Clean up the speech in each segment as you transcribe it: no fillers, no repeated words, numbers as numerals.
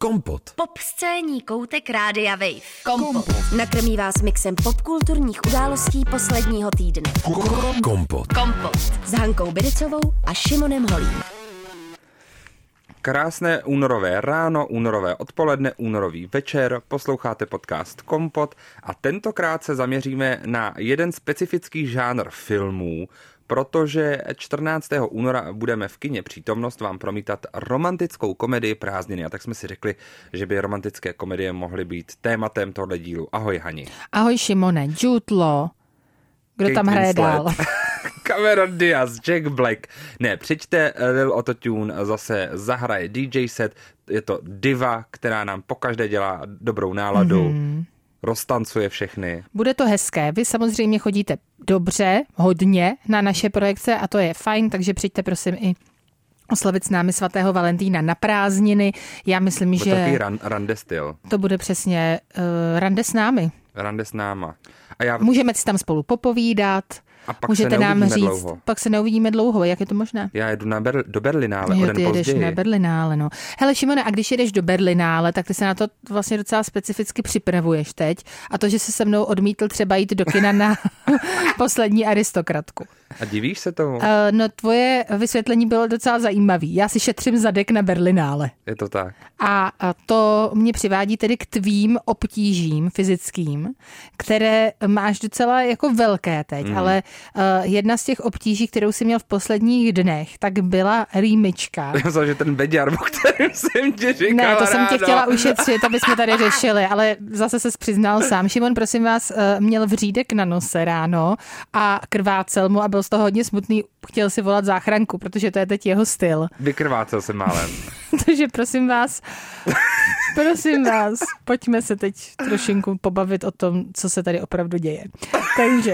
Kompot. Popscénní koutek Rádia Wave. Kompot. Nakrmí vás mixem popkulturních událostí posledního týdne. Kompot. S Hankou Bidicovou a Šimonem Holím. Krásné únorové ráno, únorové odpoledne, únorový večer, posloucháte podcast Kompot a tentokrát se zaměříme na jeden specifický žánr filmů, protože 14. února budeme v kině Přítomnost vám promítat romantickou komedii Prázdniny. A tak jsme si řekli, že by romantické komedie mohly být tématem tohoto dílu. Ahoj Hani. Ahoj Šimone, Jude Law. Kdo Kate tam hraje Winslet, dál? Cameron Diaz, Jack Black. Ne, přijďte, Lil Autotune zase zahraje DJ set. Je to diva, která nám pokaždé dělá dobrou náladu. Roztancuje všechny. Bude to hezké. Vy samozřejmě chodíte dobře, hodně na naše projekce a to je fajn, takže přijďte prosím i oslavit s námi svatého Valentína na prázdniny. Já myslím, Bude že takový rande styl. to bude přesně rande s námi. Rande s náma. A Můžeme si tam spolu popovídat. A pak můžete se nám říct, dlouho. Pak se neuvidíme dlouho, jak je to možné? Já jedu do Berlinále, Jo, o den ty jedeš později. na Berlinále, no. Hele Šimone, a když jedeš do Berlinále, tak ty se na to vlastně docela specificky připravuješ teď. A to, že jsi se mnou odmítl třeba jít do kina na Poslední aristokratku. A divíš se tomu? No tvoje vysvětlení bylo docela zajímavý. Já si šetřím zadek na Berlinále. Je to tak. A to mě přivádí tedy k tvým obtížím fyzickým, které máš docela jako velké teď, ale jedna z těch obtíží, kterou jsi měl v posledních dnech, tak byla rýmička. Já myslím, že ten beďar, o kterém jsem ti říkal Ne, to jsem tě ráno. chtěla ušetřit, aby jsme tady řešili, ale zase ses přiznal sám. Šimon, prosím vás, měl vřídek na nose ráno a krvácel mu a byl z toho hodně smutný. Chtěl si volat záchranku, protože to je teď jeho styl. Vykrvácel jsem málem. Takže prosím vás, pojďme se teď trošinku pobavit o tom, co se tady opravdu děje. Takže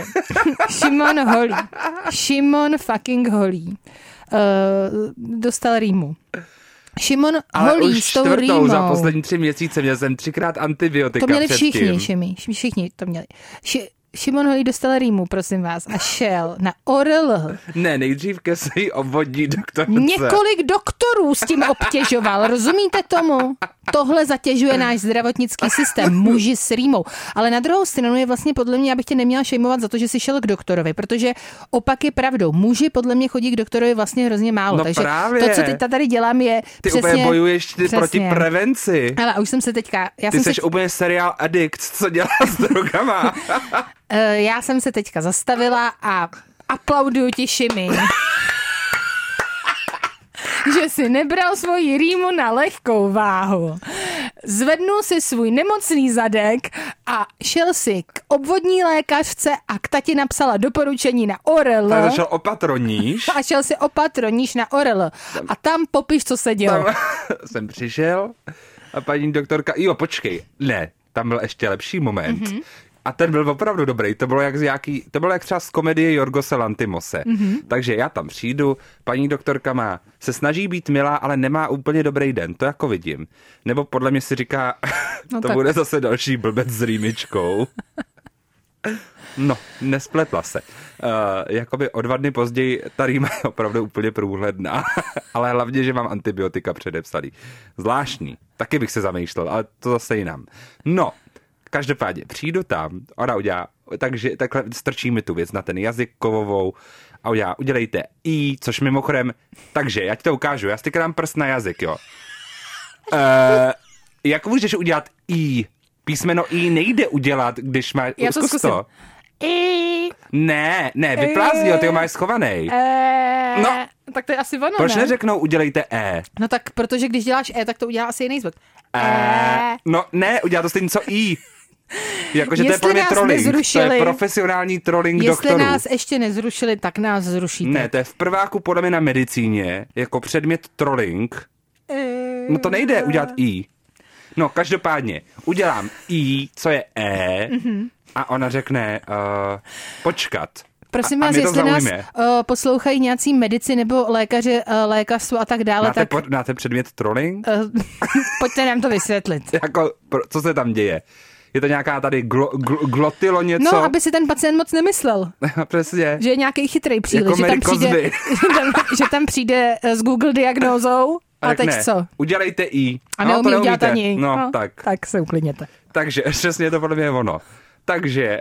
Šimon fucking Holí dostal rýmu. Šimon Ale Holí už s tou čtvrtou rýmou. za poslední 3 měsíce měl jsem 3krát antibiotika To měli předtím. všichni to měli. Šimon Holí dostal rýmu, prosím vás, a šel na ORL. Ne, nejdřív ke své obvodní doktorce. Několik doktorů s tím obtěžoval, rozumíte tomu? Tohle zatěžuje náš zdravotnický systém, muži s rýmou. Ale na druhou stranu je vlastně podle mě, já bych tě neměla šejmovat za to, že jsi šel k doktorovi, protože opak je pravdou. Muži podle mě chodí k doktorovi vlastně hrozně málo. No takže právě. to, co teď tady dělám, je Ty přesně... úplně bojuješ přesně. proti prevenci. Ale už jsem se teďka... Ty jsi úplně seriál addict, co dělá s drogama. Já jsem se teďka zastavila a aplauduju ti, Šimi. Že si nebral svoji rýmu na lehkou váhu. Zvednul si svůj nemocný zadek a šel si k obvodní lékařce a k tati napsala doporučení na ORL. Tak zašel opatroníš. A šel si opatroníš na ORL. A tam popiš, co se dělo. Tam jsem přišel a paní doktorka, jo, počkej, ne, tam byl ještě lepší moment. A ten byl opravdu dobrý. To bylo jak třeba z komedie Jorgose Lanthimose. Takže já tam přijdu, paní doktorka se snaží být milá, ale nemá úplně dobrý den. To jako vidím. Nebo podle mě si říká, No to tak. bude zase další blbec s rýmičkou. No, nespletla se. Jakoby o 2 dny později ta rýma je opravdu úplně průhledná. Ale hlavně, že mám antibiotika předepsaný. Zvláštní. Taky bych se zamýšlel, ale to zase jinam. No, každopádně přijdu tam, ona udělá, takže takhle strčí mi tu věc na ten jazyk kovovou a udělejte I, což mimochodem, takže já ti to ukážu, já si dám prst na jazyk, jo. Jak můžeš udělat I? Písmeno I nejde udělat, když máš... Já to zkusím. Ne, vyplázdni ho, ty ho máš schovaný. No. Tak to je asi ono, Proč ne? neřeknou udělejte E? No tak, protože když děláš E, tak to udělá asi jiný zvuk. No ne, udělá to stejně co I. Jakože to je Jestli pro mě nás trolling. To nezrušili- je profesionální trolling Jestli doktorů. nás ještě nezrušili, tak nás zrušíte. Ne, to je v prváku podle mě na medicíně, jako předmět trolling. No to nejde udělat I. No, každopádně, udělám I, co je E, a ona řekne počkat. Prosím A vás, mě to jestli nás zaujme. poslouchají nějací medici nebo lékaři, lékařstvo a tak dále, Máte předmět trolling? pojďte nám to vysvětlit. Jako, co se tam děje? Je to nějaká tady glotilo něco? No, aby si ten pacient moc nemyslel, Přesně. že je nějaký chytrý příliš, Jako že, Mary Cosby. že tam přijde s Google diagnózou A teď co? Udělejte I. A neumím dělat ani. No, tak. Tak se uklidněte. Takže přesně to podle mě je ono. Takže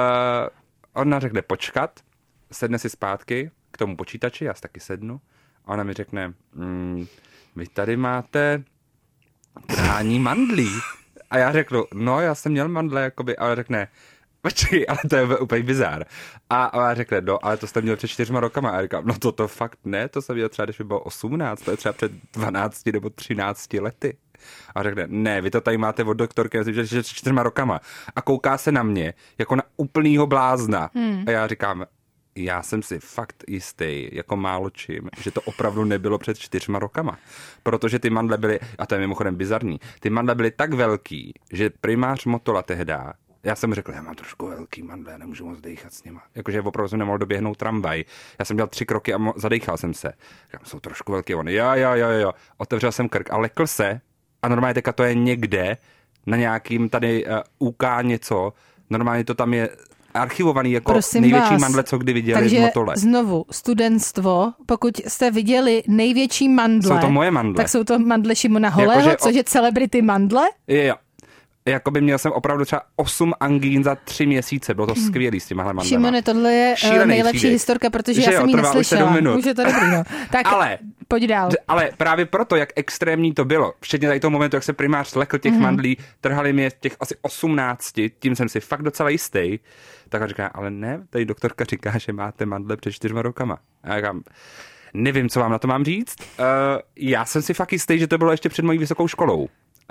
ona řekne počkat, sedne si zpátky k tomu počítači, já si taky sednu. A ona mi řekne, vy tady máte trhání mandlí. A já řeknu, no já jsem měl mandle, jakoby, ale řekne, počkej, ale to je úplně bizár. A ona řekne, no, ale to jste měl před 4 rokama. A já říkám, no to fakt ne, to jsem měl třeba, když mi bylo 18, to je třeba před 12 nebo 13 lety. A řekne, ne, vy to tady máte od doktorky, že před 4 rokama. A kouká se na mě, jako na úplnýho blázna. A já říkám, já jsem si fakt jistý, jako málo čím, že to opravdu nebylo před 4 rokama. Protože ty mandle byly, a to je mimochodem bizarní, ty mandle byly tak velký, že primář Motola tehda, já jsem řekl, já mám trošku velký mandle, já nemůžu moc dejchat s nima. Jakože opravdu jsem nemohl doběhnout tramvaj. Já jsem dělal 3 kroky a zadejchal jsem se. Říkám, jsou trošku velký, on, jo. Otevřel jsem krk a lekl se a normálně teďka to je někde na nějakým tady UK něco, normálně to tam je archivovaný jako prosím největší vás, mandle, co kdy viděli takže v Motole. Znovu, studentstvo, pokud jste viděli největší mandle, Jsou to moje mandle. tak jsou to mandle Šimona Holého, Jakože což je celebrity mandle? Jo. Jakoby měl jsem opravdu třeba 8 angín za 3 měsíce. Bylo to skvělý s těmahle mandlema. Šimone, tohle je nejlepší historka, protože já jsem ji neslyšela. Už je to dobrý, no. Tak pojď dál. Ale právě proto, jak extrémní to bylo, včetně tady toho momentu, jak se primář lekl těch mandlí, trhali mě těch asi 18, tím jsem si fakt docela jistý, tak říká, ale ne, tady doktorka říká, že máte mandle před 4 rokama. A já říkám, nevím, co vám na to mám říct. Já jsem si fakt jistý, že to bylo ještě před mojí vysokou školou.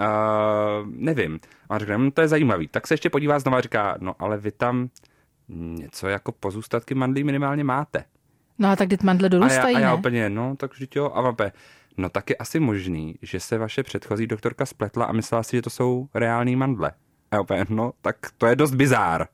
Nevím. A řekne, to je zajímavý. Tak se ještě podívá znova a říká, no ale vy tam něco jako pozůstatky mandlí minimálně máte. No a tak ty mandle dorůstají, a já úplně, no tak vždyť jo. A vape, no tak je asi možný, že se vaše předchozí doktorka spletla a myslela si, že to jsou reální mandle. A já úplně, no tak to je dost bizár.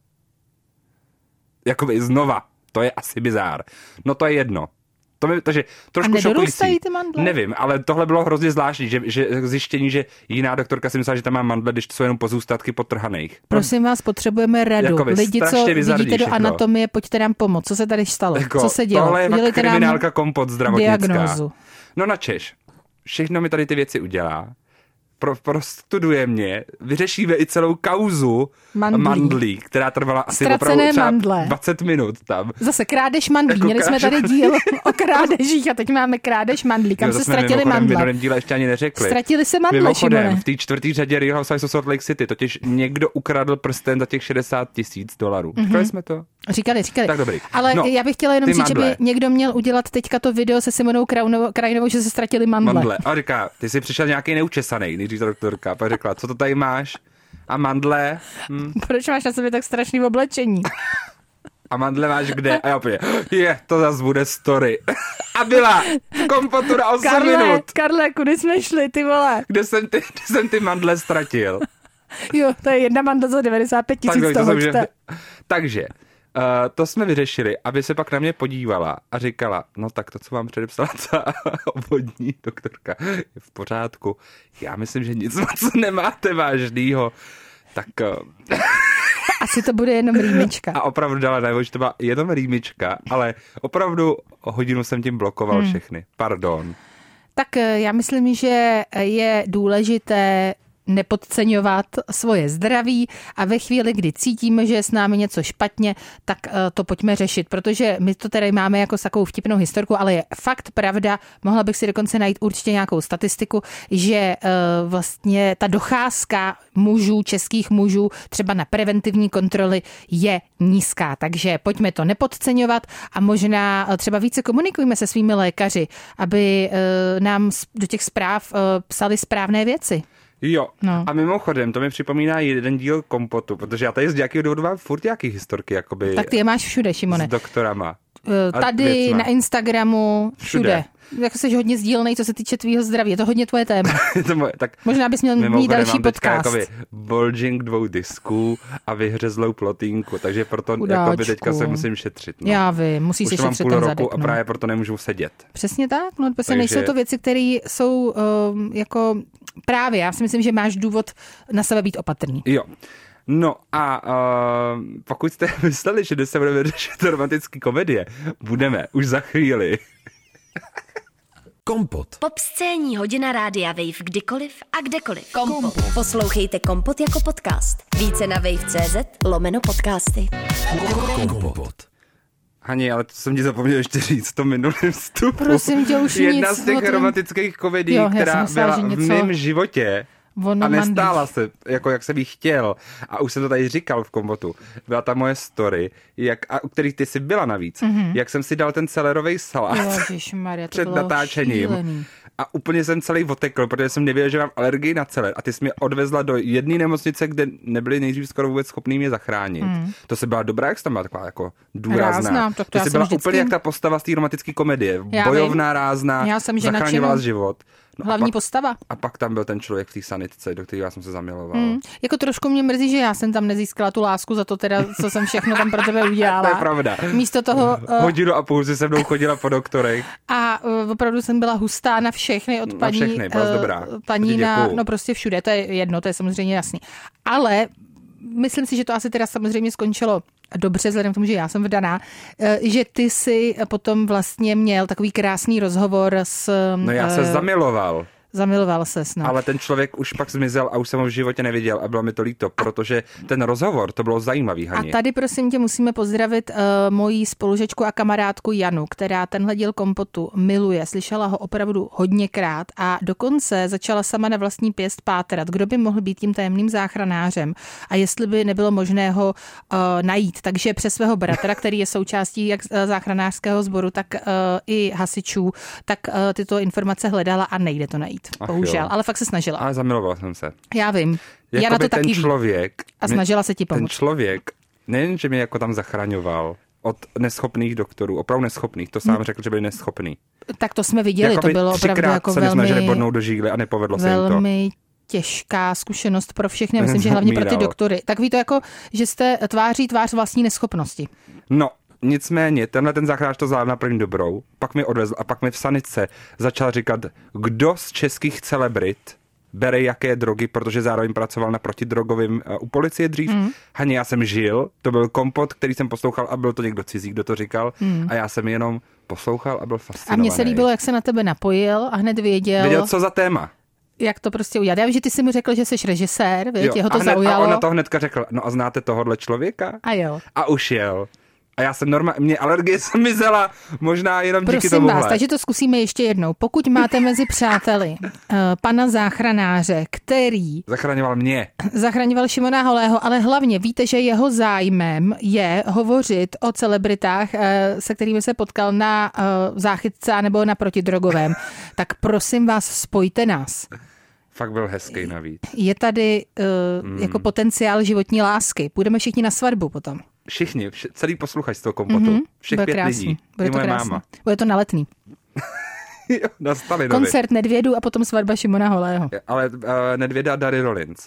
Jakoby znova, to je asi bizár. No to je jedno. Takže trošku šokující. Ty mandle? Nevím, ale tohle bylo hrozně zvláštní, že zjištění, že jiná doktorka si myslela, že tam má mandle, když to jsou jenom pozůstatky potrhaných. Prosím vás, potřebujeme radu. Jakoby, lidi, co vidíte do anatomie, pojďte nám pomoct. Co se tady stalo? Co se dělo? Tohle je fakt kriminálka kompot zdravotnická. Diagnózu. No načež, všechno mi tady ty věci udělá. Prostuduje mě, vyřešíme i celou kauzu mandlí, která trvala asi opravdu třeba 20 minut tam. Zase krádež mandlí. Jako měli jsme tady díl o krádežích a teď máme krádež mandlí. Kam se ztratili mandle? V minulém díle ještě ani neřekli. Ztratili se mandle, Šimone. V té 4. řadě Real Housewives of Salt Lake City totiž někdo ukradl prsten za těch $60,000. Říkali jsme to? Říkali. Tak dobrý. Ale já bych chtěla jenom říct, že by někdo měl udělat teďka to video se Simonou Krajinovou, že se ztratili mandle. A říká, ty jsi přišel nějaký neučesaný, nejdřív ta doktorka. Pak řekla, co to tady máš? A mandle? Proč máš na sobě tak strašný oblečení? A mandle máš kde? A já opět, to zase bude story. A byla kompotu na 8 minut. Karle, kudy jsme šli, ty vole? Kde jsem ty mandle ztratil? Jo, to je jedna mandle za 95 000 toho. Takže, to jsme vyřešili, aby se pak na mě podívala a říkala, no tak to, co vám předepsala ta obvodní doktorka, je v pořádku. Já myslím, že nic moc nemáte vážnýho. Tak... Asi to bude jenom rýmička. A opravdu dala najevo, že to byla jenom rýmička, ale opravdu hodinu jsem tím blokoval všechny. Pardon. Tak já myslím, že je důležité nepodceňovat svoje zdraví a ve chvíli, kdy cítíme, že je s námi něco špatně, tak to pojďme řešit, protože my to tady máme jako takovou vtipnou historku, ale je fakt pravda, mohla bych si dokonce najít určitě nějakou statistiku, že vlastně ta docházka mužů, českých mužů, třeba na preventivní kontroly je nízká, takže pojďme to nepodceňovat a možná třeba více komunikujme se svými lékaři, aby nám do těch zpráv psali správné věci. Jo, no. A mimochodem, to mi připomíná jeden díl kompotu, protože já tady z nějakého důvodu mám furt nějaký historky, jakoby... Tak ty je máš všude, Šimone. S doktorama. Tady, věcma. Na Instagramu, všude. Jako jsi hodně sdílnej, co se týče tvýho zdraví. Je to hodně tvoje téma. Tak možná bys měl mít další podcast. Jakoby bulging 2 disků a vyhřezlou plotínku, takže proto jakoby teďka se musím šetřit. No. Já vím, musíš se šetřit ten zadek. A právě proto nemůžu sedět. Přesně tak, no protože nejsou to věci, které jsou jako právě, já si myslím, že máš důvod na sebe být opatrný. Jo. No a pokud jste mysleli, že dnes se budeme řešit romantické komedie, budeme už za chvíli. Kompot. Popscénní hodina Rádia Wave kdykoliv a kdekoliv. Kompot. Poslouchejte Kompot jako podcast. Více na wave.cz/podcasty. Kompot. Hani, ale to jsem ti zapomněl ještě říct v tom minulém vstupu. Prosím tě, už Jedna nic. z těch romantických komedií, která byla v mém životě a nestála se, jako jak jsem jí chtěl. A už jsem to tady říkal v Kompotu. Byla ta moje story, u kterých ty jsi byla navíc. Jak jsem si dal ten celerový salát před natáčením. Šílený. A úplně jsem celý otekl, protože jsem nevěděl, že mám alergii na celer. A ty jsi mě odvezla do jedné nemocnice, kde nebyli nejdřív skoro vůbec schopný mě zachránit. To se byla dobrá, jak jsi tam byla taková jako důrazná. To jsi byla úplně jak ta postava z té romantické komedie. Bojovná, rázná, zachraňovala život. No hlavní postava. A pak tam byl ten člověk v té sanitce, do kterého já jsem se zamiloval. Jako trošku mě mrzí, že já jsem tam nezískala tu lásku za to teda, co jsem všechno tam pro tebe udělala. To je pravda. Místo toho... Hodinu a půl si se mnou chodila po doktorech. A opravdu jsem byla hustá na všechny od paní... Na všechny, byla dobrá. Paní no prostě všude, to je jedno, to je samozřejmě jasný. Ale myslím si, že to asi teda samozřejmě skončilo dobře, vzhledem k tomu, že já jsem vdaná, že ty si potom vlastně měl takový krásný rozhovor s... No já se zamiloval. Zamiloval ses, no. Ale ten člověk už pak zmizel a už jsem ho v životě neviděl a bylo mi to líto, protože ten rozhovor, to bylo zajímavý, Hani. A tady prosím tě musíme pozdravit moji spolužečku a kamarádku Janu, která tenhle díl Kompotu miluje, slyšela ho opravdu hodněkrát a dokonce začala sama na vlastní pěst pátrat, kdo by mohl být tím tajemným záchranářem a jestli by nebylo možné ho najít. Takže přes svého bratra, který je součástí jak záchranářského sboru, tak i hasičů, tak tyto informace hledala a nejde to najít. Bohužel, ale fakt se snažila. Ale zamiloval jsem se. Já vím. Já na to taky ten člověk, a snažila se ti pomoct. Ten člověk, nejen, že mě jako tam zachraňoval od neschopných doktorů, opravdu neschopných, to sám řekl, že byli neschopný. Tak to jsme viděli, to bylo opravdu jako se velmi... snažili bodnout do žíly a nepovedlo se jim to. Velmi těžká zkušenost pro všechny, myslím, že hlavně pro ty doktory. Tak ví to jako, že jste tváří tvář vlastní neschopnosti. No, nicméně, tenhle ten záchranář to zvládl na první dobrou, pak mi odvezl a pak mi v sanitce začal říkat, kdo z českých celebrit bere jaké drogy, protože zároveň pracoval na protidrogovým u policie dřív. Hani, já jsem žil, to byl Kompot, který jsem poslouchal a byl to někdo cizí, kdo to říkal a já jsem jenom poslouchal a byl fascinovaný. A mně se líbilo, jak se na tebe napojil a hned věděl, co za téma. Jak to prostě udělat. Já vím, že ty jsi mu řekl, že jsi režisér, jeho to zaujalo. A ona to hnedka řekla, no a znáte tohohle člověka? A jo. A už jel. A já jsem mě alergie zmizela, možná jenom díky tomuhle. Prosím vás, takže to zkusíme ještě jednou. Pokud máte mezi přáteli pana záchranáře, který... Zachraňoval Šimona Holého, ale hlavně víte, že jeho zájmem je hovořit o celebritách, se kterými se potkal na záchytce nebo na protidrogovém. Tak prosím vás, spojte nás. Fakt byl hezký navíc. Je tady jako potenciál životní lásky. Půjdeme všichni na svatbu potom. Všichni, celý posluchačstvo Kompotu. Všech bude 5 krásný. lidí. Bude to krásný. Máma. Bude to na Letný. Jo, na Stalinovi. Koncert Nedvědu a potom svatba Šimona Holého. Ale Nedvěda a Dary Rollins.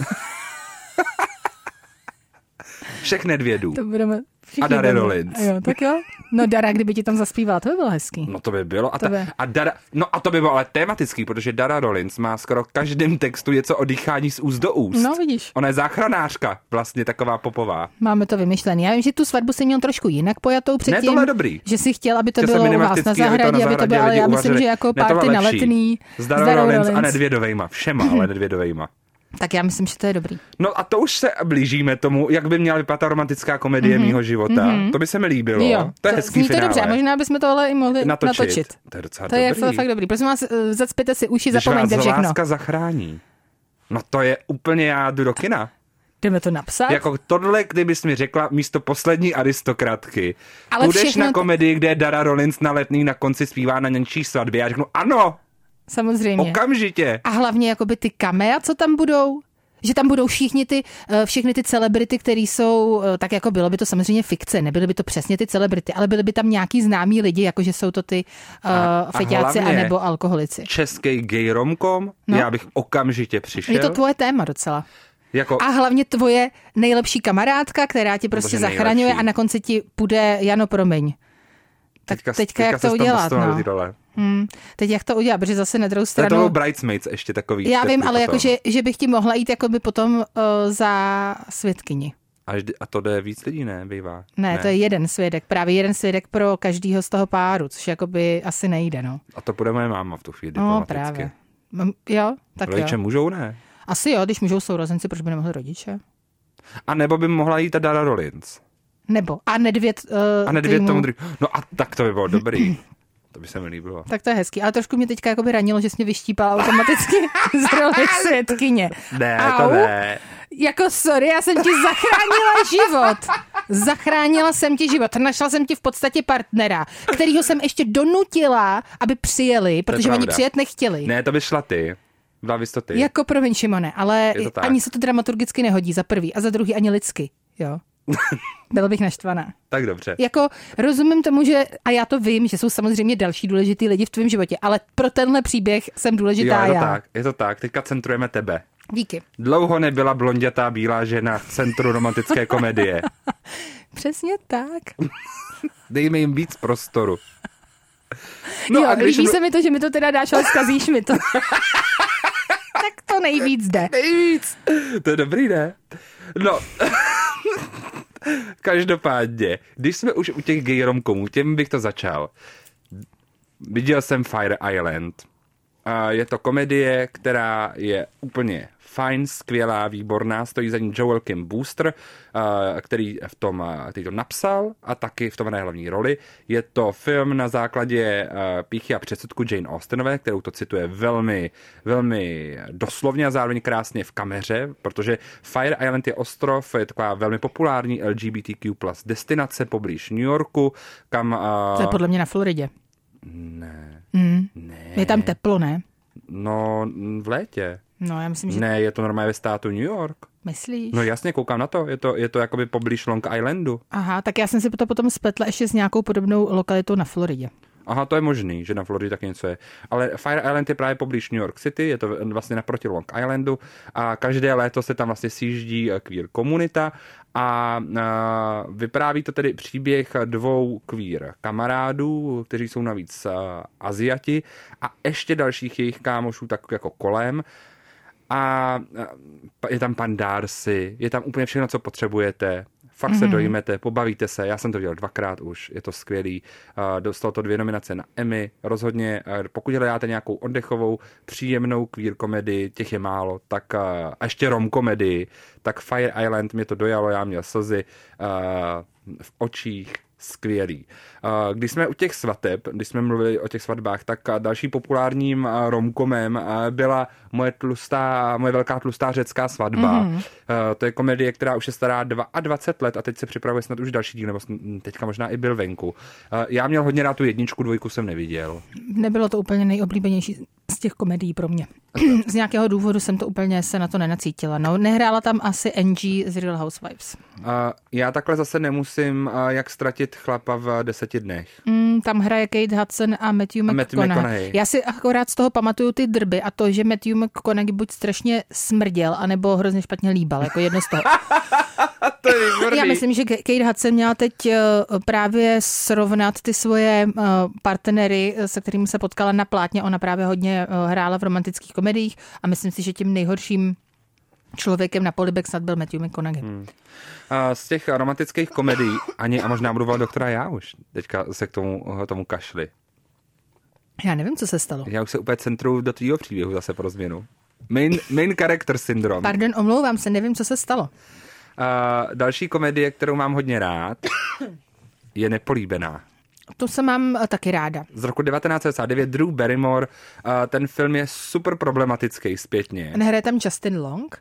Všech Nedvědů. To budeme a Dary Rollins. Jo, tak jo. No Dara, kdyby ti tam zaspívala, to by bylo hezký. No to by bylo. A to by bylo ale tematický, protože Dara Rollins má skoro v každém textu něco o dýchání z úst do úst. No vidíš. Ona je záchranářka, vlastně taková popová. Máme to vymyšlený. Já vím, že tu svatbu si měl trošku jinak pojatou předtím. Ne, tohle je dobrý. Že si chtěl, aby to bylo u vás na zahradě, aby to bylo, ale já myslím, že jako party na Letný. S Darou Rollins a Nedvědovejma. Všema, ale Nedvědovejma. Tak já myslím, že to je dobrý. No a to už se blížíme tomu, jak by měla vypadat ta romantická komedie mýho života. To by se mi líbilo. Jo, to je hezký finále. To dobře, a možná bychom to ale i mohli natočit. To je docela dobrý. To je fakt dobrý. Prosím vás, zacpěte si uši, zapomeňte všechno. Když vás láska zachrání. No to je úplně, já jdu do kina. Jdeme to napsat? Jako tohle, kdybys mi řekla místo poslední aristokratky. Ale půjdeš na komedii, kde je Dara Rollins na Letný na konci zpívá na něčí svatbě. Já řeknu ano. Samozřejmě. Okamžitě. A hlavně jakoby ty kamea, co tam budou? Že tam budou všechny ty celebrity, které jsou, tak jako bylo by to samozřejmě fikce, nebyly by to přesně ty celebrity, ale byly by tam nějaký známí lidi, jakože jsou to ty feťáci anebo alkoholici. Český gay romkom, já bych okamžitě přišel. Je to tvoje téma docela. Jako... A hlavně tvoje nejlepší kamarádka, která ti prostě zachraňuje nejlepší. A na konci ti půjde Jano, promiň. Tak teďka jak to udělat? Teď jak to udělat, protože zase na druhou stranu... To bylo Bridesmaids ještě takový. Já vím, ale jakože, že bych ti mohla jít jakoby potom za svědkyni. A to jde víc lidí, ne? Bývá. Ne, to je jeden svědek. Právě jeden svědek pro každýho z toho páru, což jakoby asi nejde, no. A to bude moje máma v tu chvíli No, diplomaticky. právě. Jo, tak Rodiče jo. můžou, ne? Asi jo, když můžou sourozenci, proč by nemohli rodiče? A nebo by mohla jít ta Dara Rollins. Nebo. A Nedvěd. A Nedvěd tomu druhý. No a tak to by bylo dobrý. To by se mi líbilo. Tak to je hezký. Ale trošku mě teďka jakoby ranilo, že jsi mě vyštípala automaticky z roli svědkyně. Ne, Au. to ne. Jako sorry, já jsem ti zachránila život. Zachránila jsem ti život. Našla jsem ti v podstatě partnera, kterýho jsem ještě donutila, aby přijeli, protože oni pravda. přijet nechtěli. Ne, to by šla ty. Byla bys to ty. Jako promiň, Šimone, ale Je to tak. ani se to dramaturgicky nehodí za prvý a za druhý ani lidsky, jo. Byla bych naštvaná. Tak dobře. Jako rozumím tomu, že, a já to vím, že jsou samozřejmě další důležitý lidi v tvém životě, ale pro tenhle příběh jsem důležitá já. Je to tak. Teďka centrujeme tebe. Díky. Dlouho nebyla blondětá bílá žena v centru romantické komedie. Přesně tak. Dejme jim víc prostoru. No jo, líbí se mi to, že mi to teda dáš, ale zkazíš mi to. Tak to nejvíc jde. Nejvíc. To je dobrý, ne? No. Každopádně, když jsme už u těch gay romkomů, těm bych to začal. Viděl jsem Fire Island. Je to komedie, která je úplně fajn, skvělá, výborná. Stojí za ní Joel Kim Booster, který to napsal a taky v tom hraje hlavní roli. Je to film na základě Pýchy a předsudku Jane Austenové, kterou to cituje velmi, velmi doslovně a zároveň krásně v kameře, protože Fire Island je ostrov, je taková velmi populární LGBTQ+ destinace poblíž New Yorku, kam... To je podle mě na Floridě. Ne. Ne. Je tam teplo, ne? No, v létě. No, já myslím, že... Ne, je to normálně ve státu New York. Myslíš? No jasně, koukám na to. Je to jakoby poblíž Long Islandu. Aha, tak já jsem si to potom spletla ještě s nějakou podobnou lokalitou na Floridě. Aha, to je možný, že na Floridě tak něco je. Ale Fire Island je právě poblíž New York City, je to vlastně naproti Long Islandu a každé léto se tam vlastně sjíždí queer komunita a vypráví to tedy příběh dvou queer kamarádů, kteří jsou navíc Aziati a ještě dalších jejich kámošů tak jako kolem. A je tam pan Darcy, je tam úplně všechno, co potřebujete. Fakt se dojmete, pobavíte se, já jsem to dělal 2krát už, je to skvělý. Dostalo to 2 nominace na Emmy, rozhodně, pokud hledáte nějakou oddechovou, příjemnou queer komedii, těch je málo, tak a ještě rom komedii, tak Fire Island mě to dojalo, já měl slzy v očích, skvělý. Když jsme u těch svateb, když jsme mluvili o těch svatbách, tak další populárním romkomem byla moje velká tlustá řecká svatba. To je komedie, která už je stará 22 let a teď se připravuje snad už další díl, nebo teďka možná i byl venku. Já měl hodně rád tu 1, 2 jsem neviděl. Nebylo to úplně nejoblíbenější z těch komedií pro mě. Z nějakého důvodu jsem to úplně se na to nenacítila. No, nehrála tam asi Angie z Real Housewives. Já takhle zase nemusím, jak ztratit chlapa v 10 dnech. Tam hraje Kate Hudson a Matthew McConaughey. Já si akorát z toho pamatuju ty drby a to, že Matthew McConaughey buď strašně smrděl, anebo hrozně špatně líbal, jako jedno z toho. To je výborný. Já myslím, že Kate Hudson měla teď právě srovnat ty svoje partnery, se kterými se potkala na plátně. Ona právě hodně hrála v romantických komediích a myslím si, že tím nejhorším člověkem na polibek snad byl Matthew McConaughey. Z těch romantických komedií, a možná budu volat doktora já už, teďka se k tomu kašli. Já nevím, co se stalo. Já už se úplně centruju do tvýho příběhu zase pro změnu. Main character syndrom. Pardon, omlouvám se, nevím, co se stalo. Další komedie, kterou mám hodně rád, je Nepolíbená. To se mám taky ráda. Z roku 1999 Drew Barrymore. Ten film je super problematický zpětně. Nehraje tam Justin Long?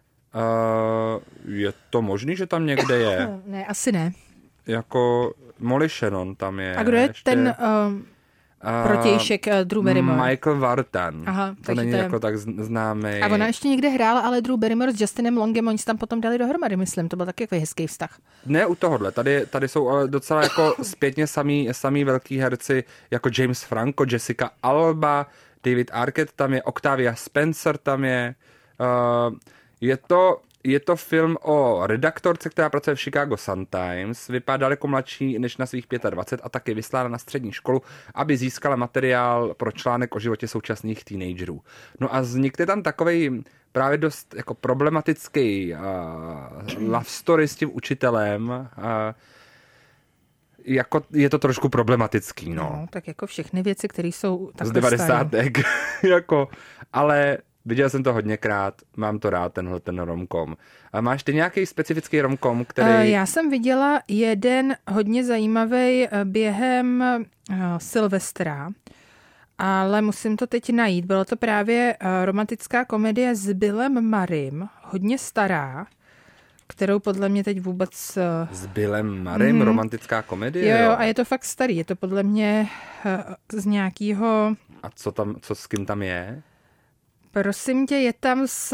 Je to možný, že tam někde je? Ne, asi ne. Jako Molly Shannon tam je. A kdo je ještě ten protějšek Drew Barrymore? Michael Vartan. Aha, to není jako tak známý. A ona ještě někde hrála, ale Drew Barrymore s Justinem Longem, oni se tam potom dali dohromady, myslím. To byl taky jako hezký vztah. Ne u tohohle. Tady jsou ale docela jako zpětně samý velký herci, jako James Franco, Jessica Alba, David Arquette tam je, Octavia Spencer tam je. Je to film o redaktorce, která pracuje v Chicago Sun-Times, vypadá daleko mladší než na svých 25 a taky vyslána na střední školu, aby získala materiál pro článek o životě současných teenagerů. No a vznikne tam takovej právě dost jako problematický love story s tím učitelem. Jako je to trošku problematický, no. No, tak jako všechny věci, které jsou z 90. jako, ale viděl jsem to hodněkrát, mám to rád, ten romkom. A máš ty nějaký specifický romkom, který... Já jsem viděla jeden hodně zajímavý během Silvestra, ale musím to teď najít. Bylo to právě romantická komedie s Billem Murraym, hodně stará, kterou podle mě teď vůbec... S Billem Murraym, romantická komedie? Jo, a je to fakt starý. Je to podle mě z nějakého... A co s kým tam je? Prosím tě, je tam s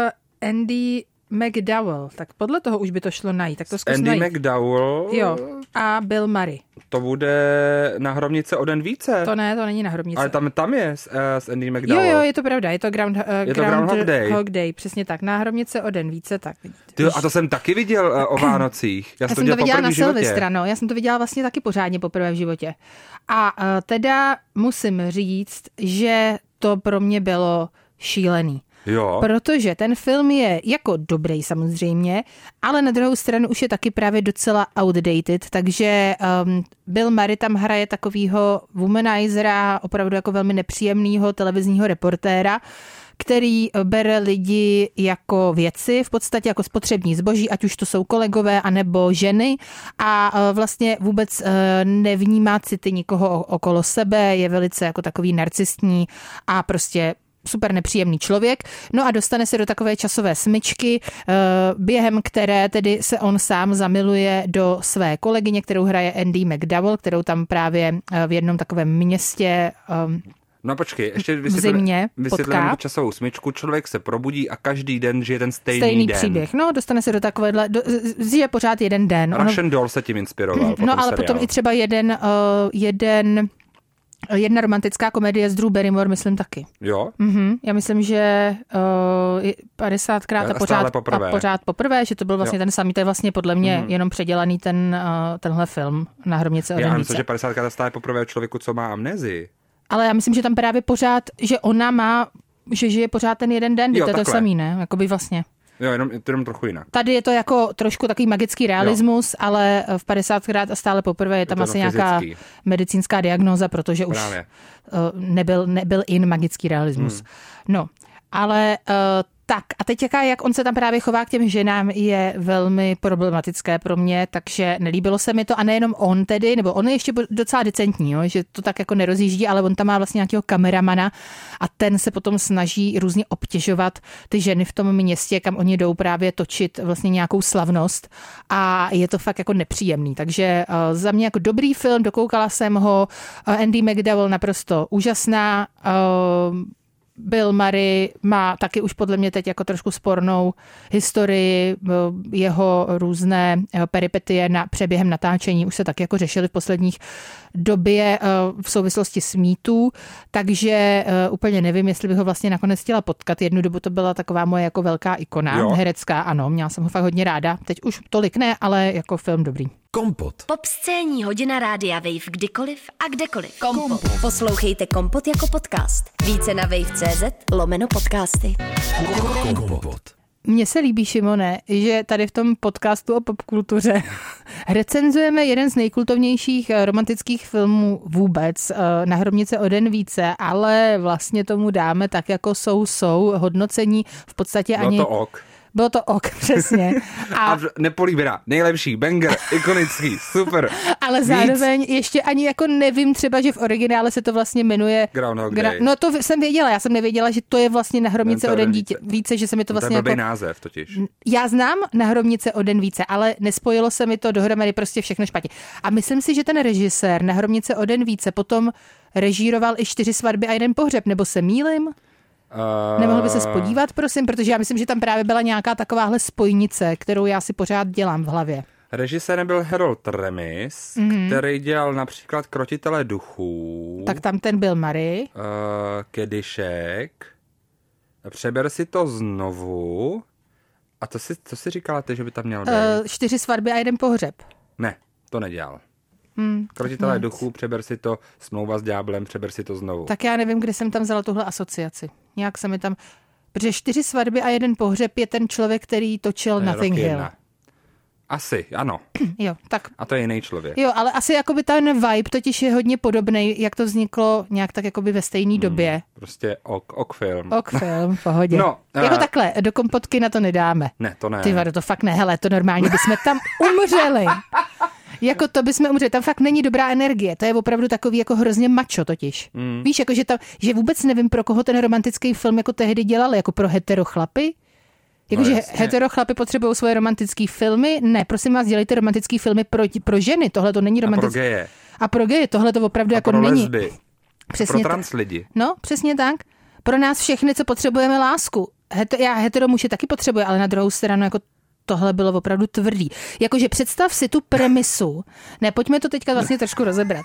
Andy McDowell. Tak podle toho už by to šlo najít. Tak to zkus Andy najít. McDowell? Jo, a Bill Murray. To bude Na hrobnice o den více. To není Na hrobnice. Ale tam je s Andy McDowell. Jo, je to pravda. Je to Groundhog Day. Přesně tak. Na hrobnice o den více. Tak. A to jsem taky viděl o Vánocích. Já jsem to viděla na Silvestra, no. Já jsem to viděla vlastně taky pořádně poprvé v životě. A teda musím říct, že to pro mě bylo šílený. Jo. Protože ten film je jako dobrý samozřejmě, ale na druhou stranu už je taky právě docela outdated, takže Bill Murray tam hraje takovýho womanizera, opravdu jako velmi nepříjemného televizního reportéra, který bere lidi jako věci, v podstatě jako spotřební zboží, ať už to jsou kolegové anebo ženy a vlastně vůbec nevnímá city nikoho okolo sebe, je velice jako takový narcistní a prostě super nepříjemný člověk. No a dostane se do takové časové smyčky, během které tedy se on sám zamiluje do své kolegyně, kterou hraje Andy McDowell, kterou tam právě v jednom takovém městě No počkej, ještě v zimě vysvětlím časovou smyčku, člověk se probudí a každý den žije ten stejný den. Příběh, no dostane se do takovéhle, žije pořád jeden den. Russian Doll se tím inspiroval. No ale potom i třeba jedna romantická komedie s Drew Barrymore, myslím taky. Jo? Já myslím, že 50krát a pořád poprvé, že to byl vlastně ten samý, to je vlastně podle mě jenom předělaný tenhle film Na hrobnice o den více. Já myslím, že 50krát stále poprvé člověku, co má amnézii. Ale já myslím, že tam právě pořád, že ona má, že žije pořád ten jeden den, to je to samý, ne? Jakoby vlastně. Jo, jenom trochu jinak. Tady je to jako trošku takový magický realismus, ale v 50krát a stále poprvé je tam asi nějaká medicínská diagnóza, protože už nebyl magický realismus. No, ale tak a teď jak on se tam právě chová k těm ženám je velmi problematické pro mě, takže nelíbilo se mi to a nejenom on tedy, nebo on je ještě docela decentní, jo, že to tak jako nerozjíždí, ale on tam má vlastně nějakého kameramana a ten se potom snaží různě obtěžovat ty ženy v tom městě, kam oni jdou právě točit vlastně nějakou slavnost a je to fakt jako nepříjemný, takže za mě jako dobrý film, dokoukala jsem ho, Andy McDowell naprosto úžasná, Bill Murray má taky už podle mě teď jako trošku spornou historii, jeho různé peripetie přeběhem natáčení už se tak jako řešily v posledních době v souvislosti s Me Too, takže úplně nevím, jestli bych ho vlastně nakonec chtěla potkat. Jednu dobu to byla taková moje jako velká ikona herecká, ano, měla jsem ho fakt hodně ráda. Teď už tolik ne, ale jako film dobrý. Kompot. Popscénní hodina rádia Wave kdykoliv a kdekoliv. Kompot. Poslouchejte Kompot jako podcast. Více na wave.cz/podcasty. Kompot. Mně se líbí, Šimone, že tady v tom podcastu o popkultuře recenzujeme jeden z nejkultovnějších romantických filmů vůbec, Na hrobnice o den více, ale vlastně tomu dáme tak jako jsou hodnocení v podstatě ani... No to ok. Bylo to ok, přesně. A nepolíbená, nejlepší, banger, ikonický, super. Ale zároveň ještě ani jako nevím třeba, že v originále se to vlastně jmenuje... Groundhog Day. No to jsem věděla, já jsem nevěděla, že to je vlastně Na hrobnice o den více, že se mi to vlastně jako... To je jako... název totiž. Já znám Na hrobnice o den více, ale nespojilo se mi to dohromady prostě všechno špatně. A myslím si, že ten režisér Na hrobnice o den více potom režíroval i 4 svatby a 1 pohřeb, nebo se mýlim? Nemohl by se spodívat, prosím, protože já myslím, že tam právě byla nějaká takováhle spojnice, kterou já si pořád dělám v hlavě. Režisérem byl Harold Ramis, který dělal například Krotitele duchů. Tak tam ten Bill Murray. Kedyšek. Přeber si to znovu. A co si říkala ty, že by tam měl být? 4 svatby a 1 pohřeb. Ne, to nedělal. Krotitelé duchů, přeber si to, Smlouva s ďáblem, přeber si to znovu. Tak já nevím, kde jsem tam vzala tuhle asociaci. Nějak se mi tam... Protože 4 svatby a 1 pohřeb je ten člověk, který točil Notting Hill. 1. Asi, ano. Jo, tak. A to je jiný člověk. Jo, ale asi jakoby ten vibe totiž je hodně podobný, jak to vzniklo nějak tak jakoby ve stejné době. Prostě ok film. Ok film, pohodě. No, jako takhle, do kompotky na to nedáme. Ne, to ne. Ty vado, to fakt ne, hele, to normálně bychom tam umřeli. Jako to bychom umřeli, tam fakt není dobrá energie, to je opravdu takový jako hrozně macho totiž. Víš, jako že vůbec nevím, pro koho ten romantický film jako tehdy dělali, jako pro heterochlapy? Jakože heterochlapy potřebují svoje romantické filmy? Ne, prosím vás, dělejte romantické filmy pro ženy, tohle to není romantické. A pro geje. A pro geje, tohle to opravdu jako pro není. Lesby. Přesně pro trans lidi. No, přesně tak. Pro nás všechny, co potřebujeme lásku. Já hetero muži taky potřebuji, ale na druhou stranu jako tohle bylo opravdu tvrdý. Jakože představ si tu premisu. Ne, pojďme to teďka vlastně trošku rozebrat.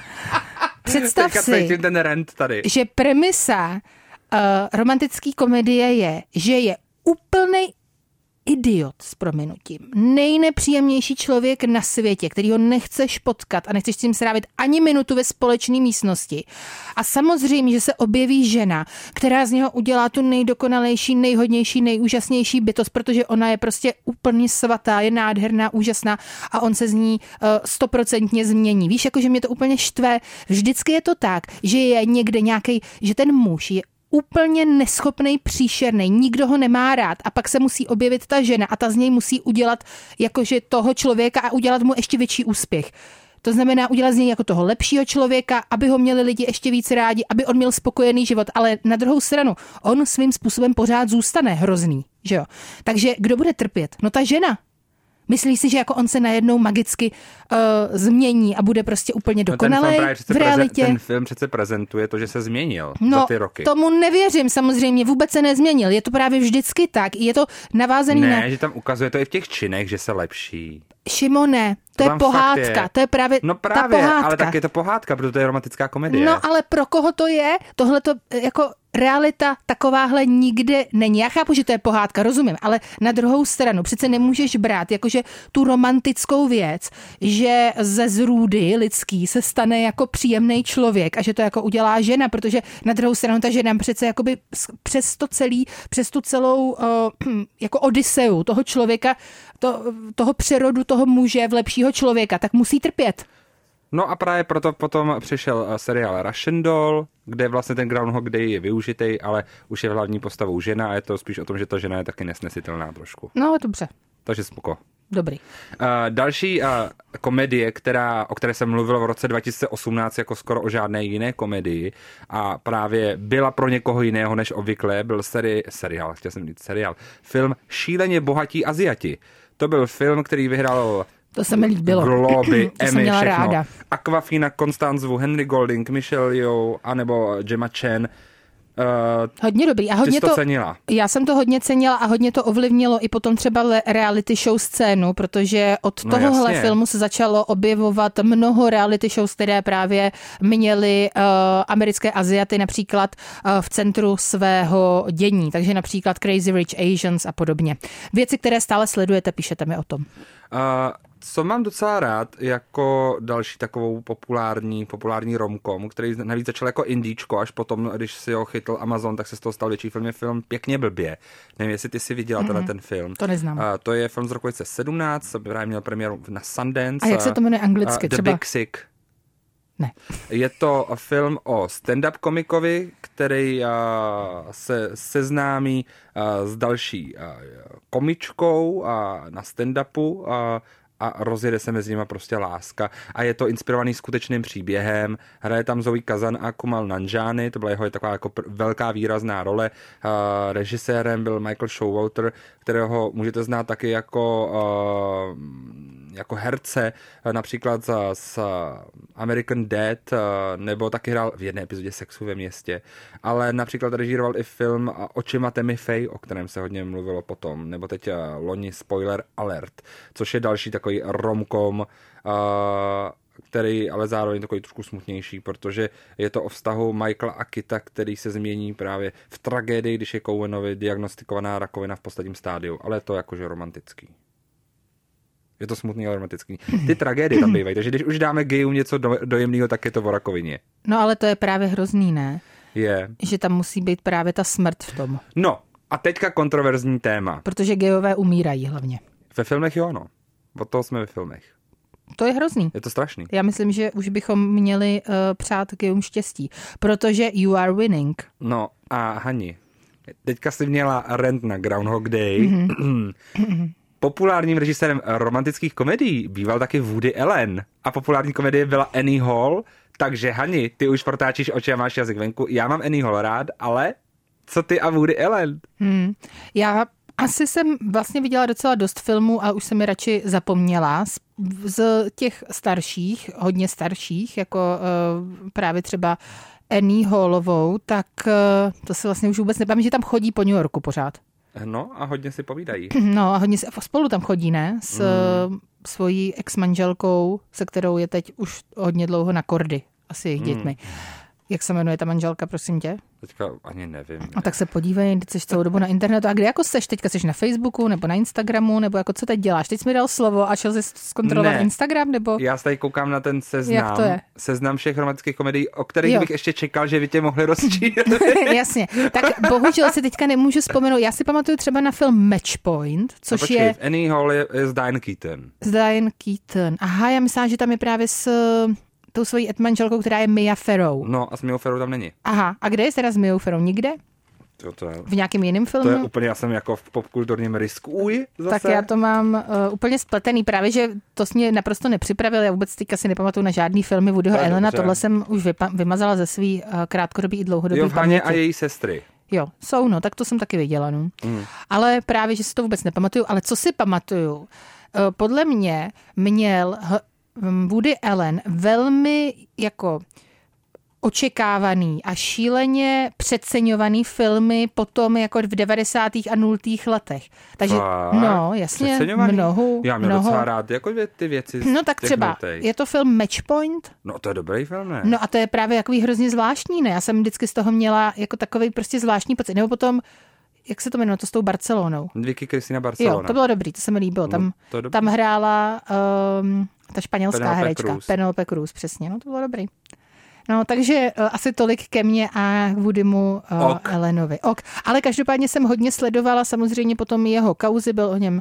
Představ si, ten rent tady. Že premisa romantické komedie je, že je úplnej idiot s prominutím. Nejnepříjemnější člověk na světě, který ho nechceš potkat a nechceš s tím strávit ani minutu ve společné místnosti. A samozřejmě, že se objeví žena, která z něho udělá tu nejdokonalejší, nejhodnější, nejúžasnější bytost, protože ona je prostě úplně svatá, je nádherná, úžasná a on se z ní 100% změní. Víš, jakože mě to úplně štve. Vždycky je to tak, že je někde nějaký, že ten muž je úplně neschopnej, příšernej, nikdo ho nemá rád a pak se musí objevit ta žena a ta z něj musí udělat jakože toho člověka a udělat mu ještě větší úspěch. To znamená udělat z něj jako toho lepšího člověka, aby ho měli lidi ještě víc rádi, aby on měl spokojený život, ale na druhou stranu on svým způsobem pořád zůstane hrozný, že jo. Takže kdo bude trpět? No ta žena. Myslíš si, že jako on se najednou magicky změní a bude prostě úplně dokonalý v realitě? Ten film přece prezentuje to, že se změnil za ty roky. Tomu nevěřím samozřejmě, vůbec se nezměnil. Je to právě vždycky tak. Je to navázaný na... Ne, že tam ukazuje to i v těch činech, že se lepší. Šimone, to je pohádka. To je právě no právě, ta pohádka. Ale tak je to pohádka, protože to je romantická komedie. No ale pro koho to je? Tohle to jako realita takováhle nikde není. Já chápu, že to je pohádka, rozumím, ale na druhou stranu přece nemůžeš brát jakože tu romantickou věc, že ze zrůdy lidský se stane jako příjemný člověk a že to jako udělá žena, protože na druhou stranu ta žena přece jakoby přes tu celou jako odyseu toho člověka, toho přerodu toho muže v lepšího člověka, tak musí trpět. No a právě proto potom přišel seriál Russian Doll, kde vlastně ten Groundhog Day je využitej, ale už je hlavní postavou žena a je to spíš o tom, že ta žena je taky nesnesitelná trošku. No, dobře. Takže spoko. Dobrý. Další komedie, o které jsem mluvil v roce 2018 jako skoro o žádné jiné komedii a právě byla pro někoho jiného než obvykle, byl film Šíleně bohatí Aziati. To byl film, který vyhrál to se mi líbilo. Globy, Emmy, všechno. Ráda. Aquafina, Constance Wu, Henry Golding, Michelle Yeoh, anebo Gemma Chan. Hodně dobrý. A hodně to cenila. Já jsem to hodně cenila a hodně to ovlivnilo i potom třeba reality show scénu, protože od tohohle filmu se začalo objevovat mnoho reality show, které právě měly americké Aziaty například v centru svého dění. Takže například Crazy Rich Asians a podobně. Věci, které stále sledujete, píšete mi o tom. Co mám docela rád, jako další takovou populární romkom, který navíc začal jako indíčko, až potom, když si ho chytl Amazon, tak se z toho stal větší film, je film Pěkně blbě. Nevím, jestli ty si viděla ten film. To neznám. To je film z roku 2017, právě měl premiéru na Sundance. A jak se to jmenuje anglicky? The Big Sick. Ne. Je to film o stand-up komikovi, který se seznámí s další komičkou na stand-upu a rozjede se mezi nimi prostě láska. A je to inspirovaný skutečným příběhem. Hraje tam Zoe Kazan a Kumail Nanjiani, to byla jeho taková jako velká výrazná role. Režisérem byl Michael Showalter, kterého můžete znát taky jako herce, například z American Dad, nebo taky hrál v jedné epizodě Sexu ve městě, ale například režíroval i film Očima Tammy Faye, o kterém se hodně mluvilo potom, nebo teď loni Spoiler Alert, což je další takový romkom, který ale zároveň takový trošku smutnější, protože je to o vztahu Michaela a Kita, který se změní právě v tragédii, když je Cowenovi diagnostikovaná rakovina v posledním stádiu, ale je to jakože romantický. Je to smutný a romantický. Ty tragédie tam bývají, takže když už dáme gayům něco dojemného, tak je to o rakovině. No ale to je právě hrozný, ne? Je. Že tam musí být právě ta smrt v tom. No, A teďka kontroverzní téma. Protože gejové umírají hlavně. Ve filmech jo, no. Od toho jsme ve filmech. To je hrozný. Je to strašný. Já myslím, že už bychom měli přát gejům štěstí, protože you are winning. No a Hani, teďka jsi měla rant na Groundhog Day. Populárním režisérem romantických komedií býval taky Woody Allen. A populární komedie byla Annie Hall. Takže Hani, ty už protáčíš oči a máš jazyk venku. Já mám Annie Hall rád, ale co ty a Woody Allen? Já asi jsem vlastně viděla docela dost filmů a už jsem je radši zapomněla. Z těch starších, hodně starších, jako právě třeba Annie Hallovou, tak to si vlastně už vůbec nepamatuji, že tam chodí po New Yorku pořád. No a hodně si povídají. No a hodně si spolu tam chodí, ne? S svojí ex-manželkou, se kterou je teď už hodně dlouho na kordy, asi jejich dětmi. Jak se jmenuje ta manželka, prosím tě? Teďka ani nevím. A tak se podívej, teď jsi celou dobu na internetu. A kde jako seš? Teďka seš na Facebooku nebo na Instagramu? Nebo jako co teď děláš? Teď jsi mi dal slovo a šel jsi zkontrolovat Instagram? Nebo... Já se tady koukám na ten seznam. Jak to je? Seznam všech romantických komedií, o kterých bych ještě čekal, že by tě mohli rozčílit. Jasně. Tak bohužel si teďka nemůžu vzpomenout. Já si pamatuju třeba na film Match Point, což je... v Annie Hall je s Diane Keaton. S Diane Keaton. Aha, já myslím, že tam je právě s tou svojí manželkou, která je Mia Farrow. No a s Miou Farrow tam není. Aha, a kde je teda s Miou Farrow? Nikde? To je, v nějakém jiném filmu? To je úplně, já jsem jako v popkulturním risku. Zase. Tak já to mám úplně spletený. Právě, že to jsi mě naprosto nepřipravil. Já vůbec teďka si nepamatuju na žádný filmy Woodyho Allena. Tohle jsem už vymazala ze svý krátkodobý i dlouhodobý paměti. Haně a její sestry. Jo, jsou, no, tak to jsem taky viděla, no. Ale právě, že si to vůbec nepamatuju. Ale co si pamatuju? Podle mě měl Woody Allen velmi jako očekávaný a šíleně přeceňovaný filmy potom jako v 90. a 0. letech. Takže, no, jasně, Já měl docela rád jako ty věci. No tak třeba, je to film Match Point? No to je dobrý film, ne? No a to je právě takový hrozně zvláštní, ne? Já jsem vždycky z toho měla jako takovej prostě zvláštní pocit. Nebo potom, jak se to jmenuje, to s tou Barcelonou? Vicky Cristina Barcelona. Jo, to bylo dobrý, to se mi líbilo. Tam hrála ta španělská herečka. Penelope Cruz, přesně, no to bylo dobrý. No, takže asi tolik ke mně a k Woodymu Allenovi. Ale každopádně jsem hodně sledovala samozřejmě potom jeho kauzy, byl o něm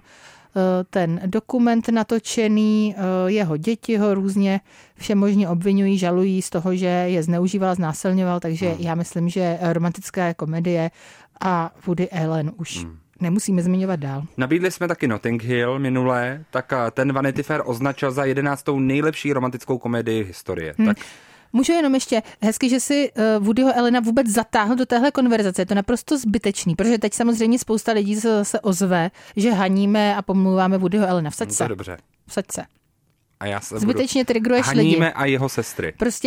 ten dokument natočený, jeho děti ho různě všemožně obvinují, žalují z toho, že je zneužíval, znásilňoval, takže já myslím, že romantická komedie a Woody Allen už nemusíme zmiňovat dál. Nabídli jsme taky Notting Hill minule, tak ten Vanity Fair označil za 11. nejlepší romantickou komedii historie. Tak můžu jenom ještě hezky, že si Woodyho Allena vůbec zatáhl do téhle konverzace. Je to naprosto zbytečný, protože teď samozřejmě spousta lidí se ozve, že haníme a pomlouváme Woodyho Allena. Vsaď se. To je dobře. Vsaď se. A já se zbytečně triggeruješ lidi. Haníme a jeho sestry. Prostě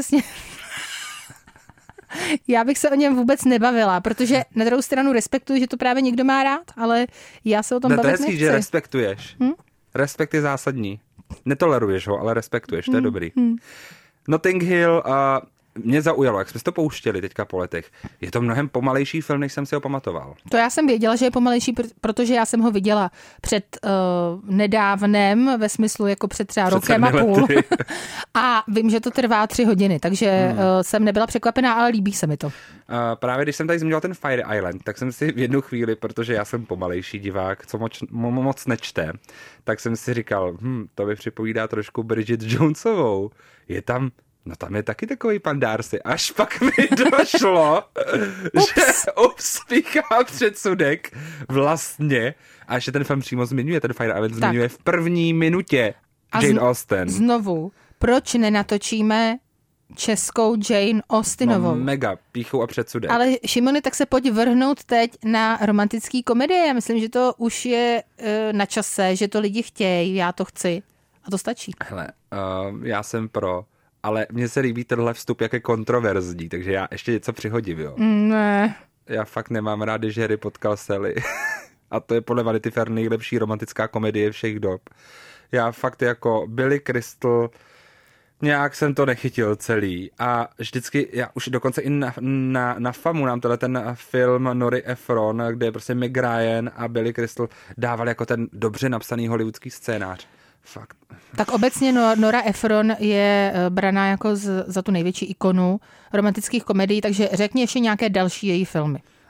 já bych se o něm vůbec nebavila, protože na druhou stranu respektuju, že to právě někdo má rád, ale já se o tom bavit nechci. To je hezký, že respektuješ. Respekt je zásadní. Netoleruješ ho, ale respektuješ, to je dobrý. Notting Hill mě zaujalo, jak jsme to pouštěli teďka po letech. Je to mnohem pomalejší film, než jsem si ho pamatoval. To já jsem věděla, že je pomalejší, protože já jsem ho viděla před nedávnem, ve smyslu jako před třeba rokem a půl. A vím, že to trvá 3 hodiny, takže jsem nebyla překvapená, ale líbí se mi to. Právě když jsem tady zmiňoval ten Fire Island, tak jsem si v jednu chvíli, protože já jsem pomalejší divák, co moc nečte, tak jsem si říkal, to mi připovídá trošku Bridget Jonesovou. Tam je taky takový pan Darcy. Až pak mi došlo, že píchá předsudek vlastně. A ještě ten film přímo zmiňuje, ten Fire Island zmiňuje v první minutě Jane Austen. Znovu, proč nenatočíme českou Jane Austenovou? No, mega píchou a předsudek. Ale Šimony, tak se pojď vrhnout teď na romantický komedie. Já myslím, že to už je na čase, že to lidi chtějí, já to chci. A to stačí. Hele, já jsem pro... Ale mně se líbí tenhle vstup, jak je kontroverzní, takže já ještě něco přihodím, jo. Ne. Já fakt nemám rád, že Harry potkal Sally. A to je podle Vanity Fair nejlepší romantická komedie všech dob. Já fakt jako Billy Crystal, nějak jsem to nechytil celý. A vždycky, já už dokonce i na FAMu nám tenhle ten film Nori Ephron, kde je prostě Meg Ryan a Billy Crystal dával jako ten dobře napsaný hollywoodský scénář. Fakt. Tak obecně Nora Ephron je braná jako za tu největší ikonu romantických komedií, takže řekni ještě nějaké další její filmy.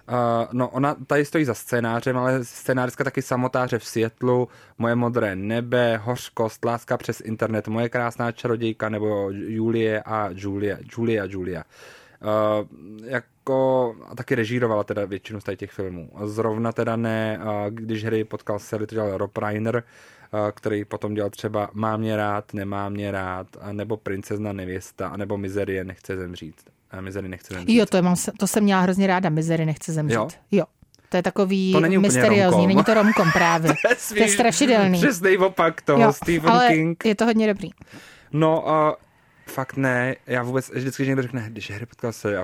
No, ona tady stojí za scénářem, ale scénáristka taky Samotáře v Seattlu, Moje modré nebe, Hořkost, Láska přes internet, Moje krásná čarodějka nebo Julie a Julia. A taky režírovala teda většinu z těch filmů. Zrovna teda ne, když Harry potkal Sally, to dělal Rob Reiner, který potom dělal třeba Mám mě rád, Nemám mě rád, nebo Princezna nevěsta, nebo Miserie nechce zemřít. Jo, to jsem měla hrozně ráda, Misery nechce zemřít. Jo. To je takový mysteriózní, není to romkom právě. To je strašidelný. Přesnej opak toho, Stephen King. Je to hodně dobrý. No, fakt ne, já vůbec, vždycky někdo řekne, když Harry potkal se,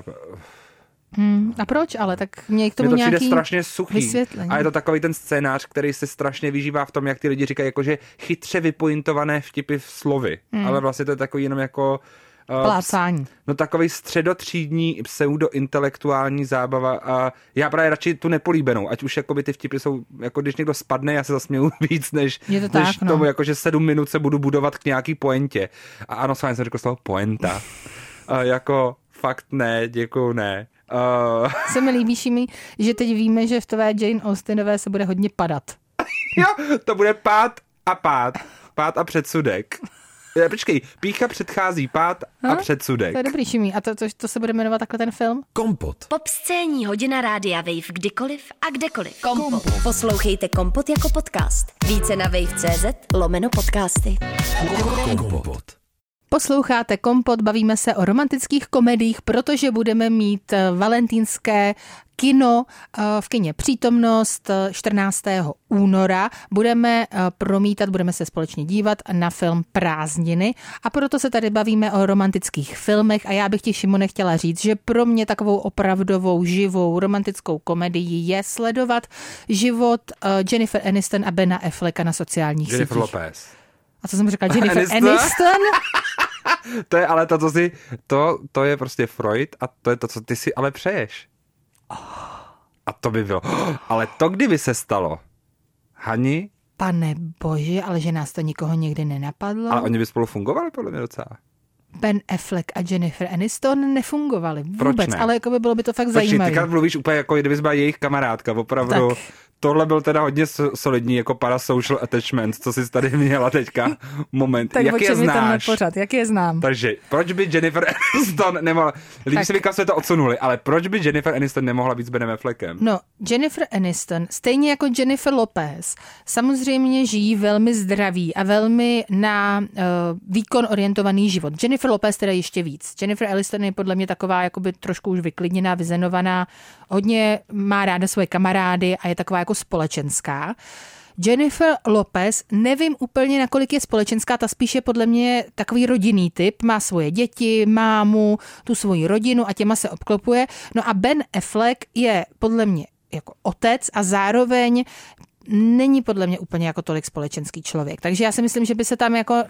a proč ale? Tak mě k tomu nějaký přijde strašně suchý. Vysvětlení. A je to takový ten scénář, který se strašně vyžívá v tom, jak ty lidi říkají, jakože chytře vypointované vtipy v slovy. Ale vlastně to je takový jenom jako plácání. No takový středotřídní pseudointelektuální zábava a já právě radši tu nepolíbenou, ať už jakoby ty vtipy jsou, jako když někdo spadne, já se zasměju víc, než tomu, jakože 7 minut se budu budovat k nějaký pointě. A ano, s vámi jsem řekl slovo poenta. Jako fakt ne, děkuju, ne. Se mi líbí, Šimi, že teď víme, že v tvé Jane Austenové se bude hodně padat. Jo, to bude pád a předsudek. Počkej, pýcha předchází pád a předsudek. To je dobrý, Šimí. A to se bude jmenovat takhle ten film? Kompot. Popscénní hodina Rádia Wave kdykoliv a kdekoliv. Kompot. Poslouchejte Kompot jako podcast. Více na wave.cz/podcasty. Kompot. Posloucháte Kompot, bavíme se o romantických komediích, protože budeme mít valentýnské kino v kině Přítomnost 14. února. Budeme promítat, budeme se společně dívat na film Prázdniny a proto se tady bavíme o romantických filmech a já bych ti, Šimone, chtěla říct, že pro mě takovou opravdovou, živou, romantickou komedii je sledovat život Jennifer Aniston a Bena Afflecka na sociálních sítích. Jennifer Lopez. A co jsem řekla? Jennifer Aniston? To je ale to je prostě Freud a to je to, co ty si ale přeješ. A to by bylo. Ale to kdyby se stalo? Hani? Pane bože, ale že nás to nikoho nikdy nenapadlo. Ale oni by spolu fungovali podle mě docela. Ben Affleck a Jennifer Aniston nefungovali vůbec, proč ne? Ale jako by bylo by to fakt zajímavé. Ty mluvíš úplně jako kdyby byla jejich kamarádka, opravdu. Tak. Tohle byl teda hodně solidní jako parasocial attachment, co jsi tady měla teďka. Moment, tak jak je znáš? Pořád, jak je znám? Takže, proč by Jennifer Aniston nemohla, líbí se mi, kam jsme to odsunuli, ale proč by Jennifer Aniston nemohla být s Benem Affleckem? No, Jennifer Aniston, stejně jako Jennifer Lopez, samozřejmě žijí velmi zdravý a velmi na výkon orientovaný život. Jennifer Lopez teda ještě víc. Jennifer Aniston je podle mě taková jakoby trošku už vyklidněná, vyzenovaná, hodně má ráda svoje kamarády a je taková jako společenská. Jennifer Lopez, nevím úplně, nakolik je společenská, ta spíše podle mě takový rodinný typ, má svoje děti, mámu, tu svoji rodinu a těma se obklopuje. No a Ben Affleck je podle mě jako otec a zároveň není podle mě úplně jako tolik společenský člověk. Takže já si myslím, že by se tam jako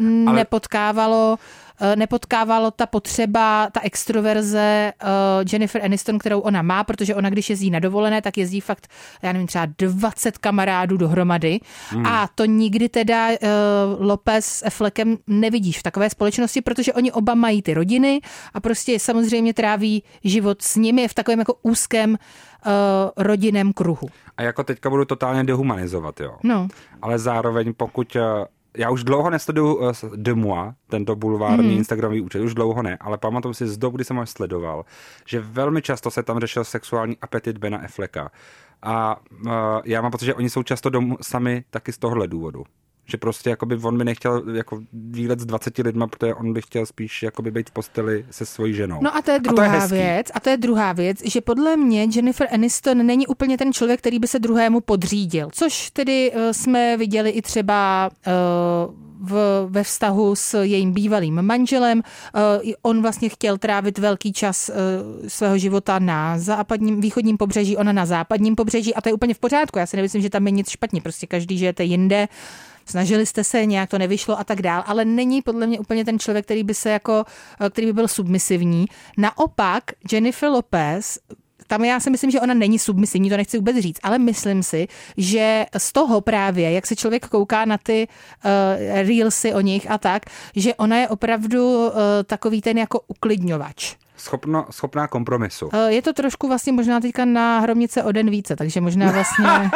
nepotkávalo ta potřeba, ta extroverze Jennifer Aniston, kterou ona má, protože ona, když jezdí na dovolené, tak jezdí fakt, já nevím, třeba 20 kamarádů dohromady. A to nikdy teda Lopez s Affleckem nevidíš v takové společnosti, protože oni oba mají ty rodiny a prostě samozřejmě tráví život s nimi v takovém jako úzkém rodinném kruhu. A jako teďka budu totálně dehumanizovat, jo. No. Ale zároveň pokud já už dlouho nesleduju De Moi, tento bulvární Instagramový účet, už dlouho ne, ale pamatuju si z dob, kdy jsem ho sledoval, že velmi často se tam řešil sexuální apetit Bena Afflecka. A já mám pocit, že oni jsou často sami taky z tohohle důvodu. Že prostě jakoby on by nechtěl jako výlet s 20 lidma, protože on by chtěl spíš jakoby být v posteli se svojí ženou. No a to je druhá věc, že podle mě Jennifer Aniston není úplně ten člověk, který by se druhému podřídil, což tedy jsme viděli i třeba ve vztahu s jejím bývalým manželem. On vlastně chtěl trávit velký čas svého života na východním pobřeží, ona na západním pobřeží a to je úplně v pořádku. Já si nemyslím, že tam je nic špatně, prostě každý žijete jinde. Snažili jste se, nějak to nevyšlo a tak dál, ale není podle mě úplně ten člověk, který by byl submisivní. Naopak Jennifer Lopez, tam já si myslím, že ona není submisivní, to nechci vůbec říct, ale myslím si, že z toho právě, jak se člověk kouká na ty reelsy o nich a tak, že ona je opravdu takový ten jako uklidňovač. schopná kompromisu. Je to trošku vlastně možná teďka na Hromnice o den více, takže možná vlastně...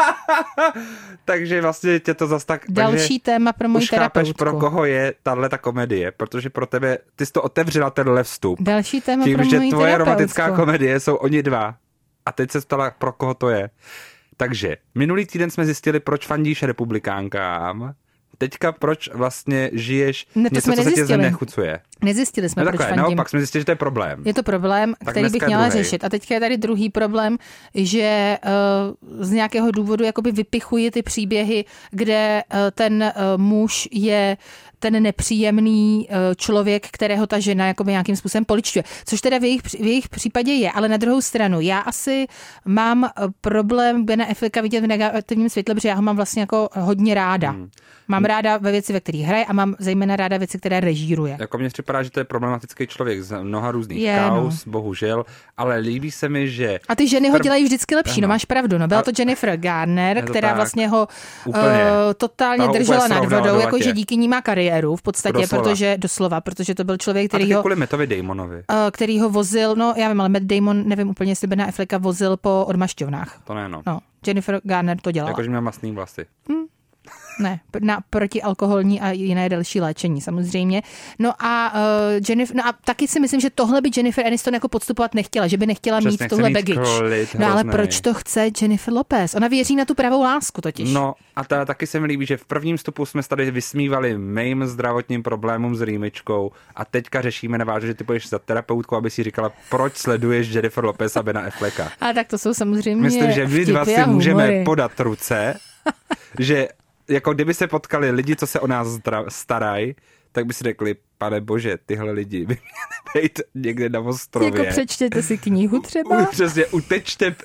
Takže vlastně tě to zas tak... Další téma pro moji terapeutku. Už chápeš, pro koho je tato komedie, protože pro tebe, ty jsi to otevřela tenhle vstup. Další téma tím, pro moji terapeutku. Tím, že tvoje romantická komedie jsou oni dva. A teď se ptala, pro koho to je. Takže minulý týden jsme zjistili, proč fandíš republikánkám. Teďka proč vlastně žiješ něco, co se tě znechucuje. Nezjistili jsme, proč fandím. Naopak jsme zjistili, že to je problém. Je to problém, tak který bych měla řešit. A teďka je tady druhý problém, že z nějakého důvodu jakoby vypichuji ty příběhy, kde ten muž je ten nepříjemný člověk, kterého ta žena jakoby nějakým způsobem poličťuje. Což teda v jejich případě je, ale na druhou stranu, já asi mám problém Bena Afflecka vidět v negativním světle, protože já ho mám vlastně jako hodně ráda. Mám ráda ve věci, ve kterých hraje a mám zejména ráda věci, které režíruje. Jako mně připadá, že to je problematický člověk z mnoha různých kauz, bohužel, ale líbí se mi, že... A ty ženy ho dělají vždycky lepší, no máš pravdu, no byla to Jennifer Garner, která tak, vlastně ho totálně držela nad vodou, jakože díky ní má kariéru v podstatě, protože to byl člověk, který ho... kvůli Mattovi Damonovi. Který ho vozil, no já vím, ale Matt Damon, nevím úplně, jestli Bena Afflecka vozil po odmašťovnách. To ne, no. Jennifer Garner to dělala. Jakože měl masný vlasy. Ne, na protialkoholní a jiné další léčení samozřejmě. No a taky si myslím, že tohle by Jennifer Aniston jako podstupovat nechtěla, že by nechtěla mít tohle baggage. No ale proč to chce Jennifer Lopez? Ona věří na tu pravou lásku totiž. No a taky se mi líbí, že v prvním vstupu jsme tady vysmívali mým zdravotním problémům s rýmičkou a teďka řešíme na vážně, že ty půjdeš za terapeutku, aby si říkala, proč sleduješ Jennifer Lopez a Bena Afflecka. A tak to jsou samozřejmě myslím, že my dva si můžeme podat ruce, že jako kdyby se potkali lidi, co se o nás starají, tak by si řekli, pane bože, tyhle lidi by měli být někde na ostrově. Jako přečtěte si knihu třeba? Přesně, utečte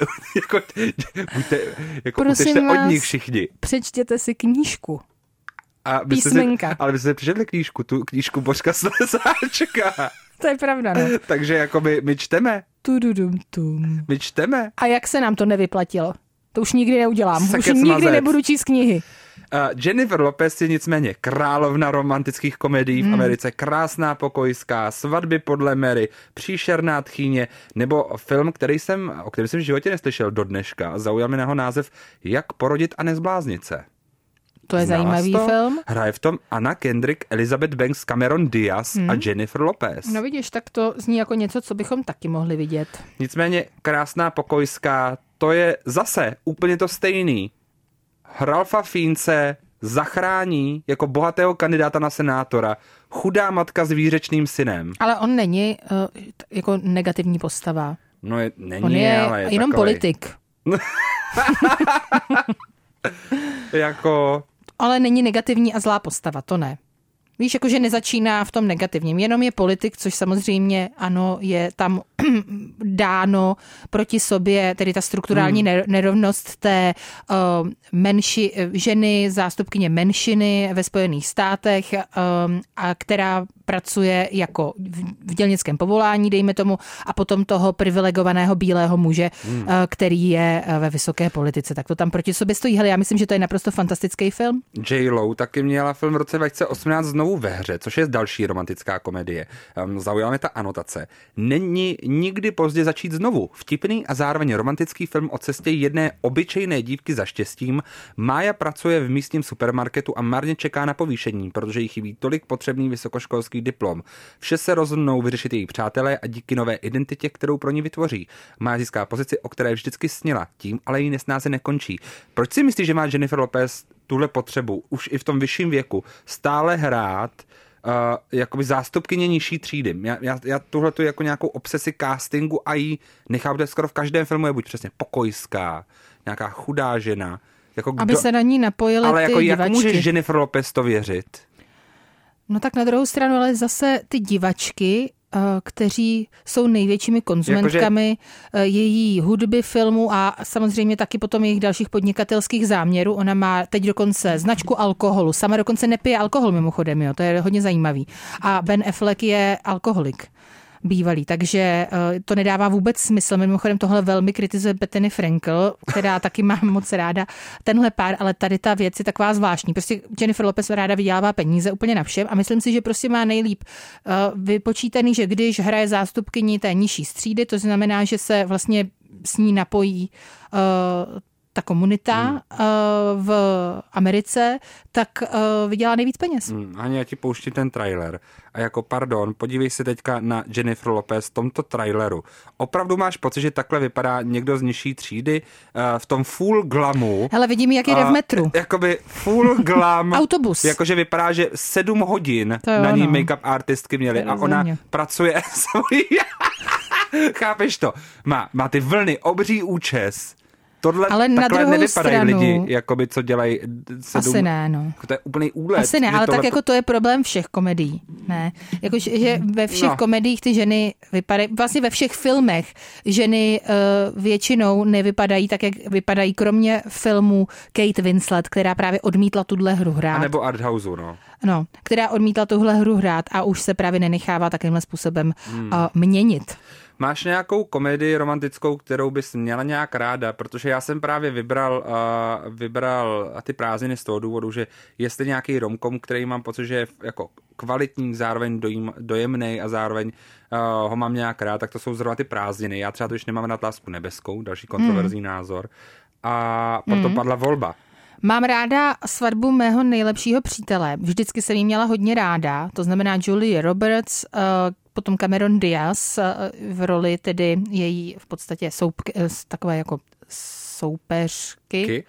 od nich všichni. Přečtěte si knížku. Písmenka. Ale my jsme přečetli tu knížku Božka Slezáčka. To je pravda, no. Takže jako my čteme. My čteme. A jak se nám to nevyplatilo? To už nikdy neudělám. Už nikdy nebudu číst knihy. Jennifer Lopez je nicméně královna romantických komedií v Americe, Krásná pokojská, Svatby podle Mary, Příšerná tchýně, nebo film, o kterém jsem v životě neslyšel do dneška. Zaujal mi jeho název Jak porodit a nezbláznit se. To je zajímavý film. Hraje v tom Anna Kendrick, Elizabeth Banks, Cameron Diaz a Jennifer Lopez. No vidíš, tak to zní jako něco, co bychom taky mohli vidět. Nicméně Krásná pokojská, to je zase úplně to stejný. Ralfa Fiennes zachrání jako bohatého kandidáta na senátora chudá matka s výřečným synem. Ale on není jako negativní postava. No není, on je ale je jenom takovej. politik. Jako... Ale není negativní a zlá postava, to ne. Víš, jakože nezačíná v tom negativním, jenom je politik, což samozřejmě ano, je tam dáno proti sobě, tedy ta strukturální nerovnost té ženy, zástupkyně menšiny ve Spojených státech, a která pracuje jako v dělnickém povolání, dejme tomu, a potom toho privilegovaného bílého muže, který je ve vysoké politice. Tak to tam proti sobě stojí. Hele, já myslím, že to je naprosto fantastický film. J.Lo taky měla film v roce 2018 znovu ve hře, což je další romantická komedie. Zaujala mě ta anotace. Není nikdy pozdě začít znovu. Vtipný a zároveň romantický film o cestě jedné obyčejné dívky za štěstím. Mája pracuje v místním supermarketu a marně čeká na povýšení, protože jí chybí tolik potřebný vysokoškolský diplom. Vše se rozhodnou vyřešit její přátelé a díky nové identitě, kterou pro ní vytvoří. Mája získá pozici, o které vždycky snila, tím ale její nesnáze nekončí. Proč si myslíš, že má Jennifer Lopez tuhle potřebu už i v tom vyšším věku stále hrát jakoby zástupkyně nižší třídy? Já tuhletu jako nějakou obsesi castingu a jí nechápu, skoro v každém filmu je buď přesně pokojská, nějaká chudá žena. Jako aby se na ní napojily ty divačky. Ale jako jak můžeš Jennifer Lopez to věřit? No tak na druhou stranu, ale zase ty divačky, kteří jsou největšími konzumentkami její hudby, filmu a samozřejmě taky potom jejich dalších podnikatelských záměrů. Ona má teď dokonce značku alkoholu. Sama dokonce nepije alkohol mimochodem, jo, to je hodně zajímavý. A Ben Affleck je alkoholik. bývalý, takže to nedává vůbec smysl. Mimochodem tohle velmi kritizuje Bethany Frankel, která taky má moc ráda tenhle pár, ale tady ta věc je taková zvláštní. Prostě Jennifer Lopez ráda vydělává peníze úplně na všem a myslím si, že prostě má nejlíp vypočítaný, že když hraje zástupkyni té nižší střídy, to znamená, že se vlastně s ní napojí ta komunita v Americe, tak vydělá nejvíc peněz. Ani já ti pouštím ten trailer. A jako pardon, podívej se teďka na Jennifer Lopez v tomto traileru. Opravdu máš pocit, že takhle vypadá někdo z nižší třídy v tom full glamu? Hele, vidím, jak jde v metru. Jakoby full glam. Autobus. Jakože vypadá, že 7 hodin na ní make-up artistky měly a ona pracuje svojí... Chápeš to? Má ty vlny, obří účes. Ale na druhou nevypadají stranu, lidi, jakoby, co dělají 7... Asi ne, no. To je úplný úlet. Asi ne, ale tak jako to je problém všech komedií. Ne? Jako, že ve všech komediích ty ženy vypadají, vlastně ve všech filmech ženy většinou nevypadají tak, jak vypadají, kromě filmu Kate Winslet, která právě odmítla tuhle hru hrát. A nebo Arthouseu, no. No, která odmítla tuhle hru hrát a už se právě nenechává takovýmhle způsobem měnit. Máš nějakou komedii romantickou, kterou bys měla nějak ráda? Protože já jsem právě vybral ty prázdniny z toho důvodu, že jestli nějaký romkom, který mám pocit, že je jako kvalitní, zároveň dojemnej a zároveň ho mám nějak rád, tak to jsou zrovna ty prázdniny. Já třeba to už nemám na Lásku nebeskou, další kontroverzní názor. A proto padla volba. Mám ráda Svatbu mého nejlepšího přítele. Vždycky jsem jí měla hodně ráda. To znamená Julia Roberts, potom Cameron Diaz v roli tedy její v podstatě takové jako soupeřky.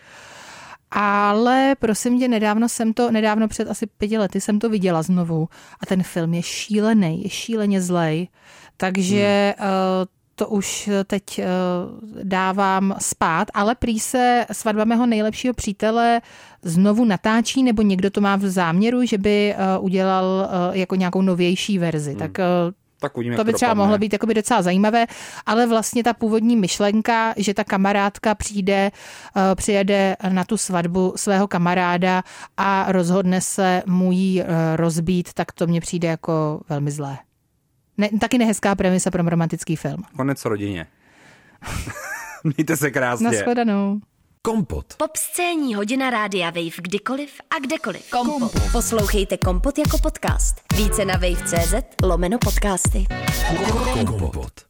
Ale prosím tě, nedávno před asi 5 lety jsem to viděla znovu a ten film je šílený, je šíleně zlej. Takže to už teď dávám spát, ale prý se Svatba mého nejlepšího přítele znovu natáčí, nebo někdo to má v záměru, že by udělal jako nějakou novější verzi. Tak uvidíme, to by třeba mohlo být jakoby docela zajímavé, ale vlastně ta původní myšlenka, že ta kamarádka přijede na tu svatbu svého kamaráda a rozhodne se mu ji rozbít, tak to mně přijde jako velmi zlé. Taky nehezká premisa pro romantický film. Konec rodině. Mějte se krásně. Nashledanou. Kompot. Popscénní hodina Rádia Wave kdykoliv a kdekoliv. Kompot. Poslouchejte Kompot jako podcast. Více na wave.cz/podcasty. Kompot.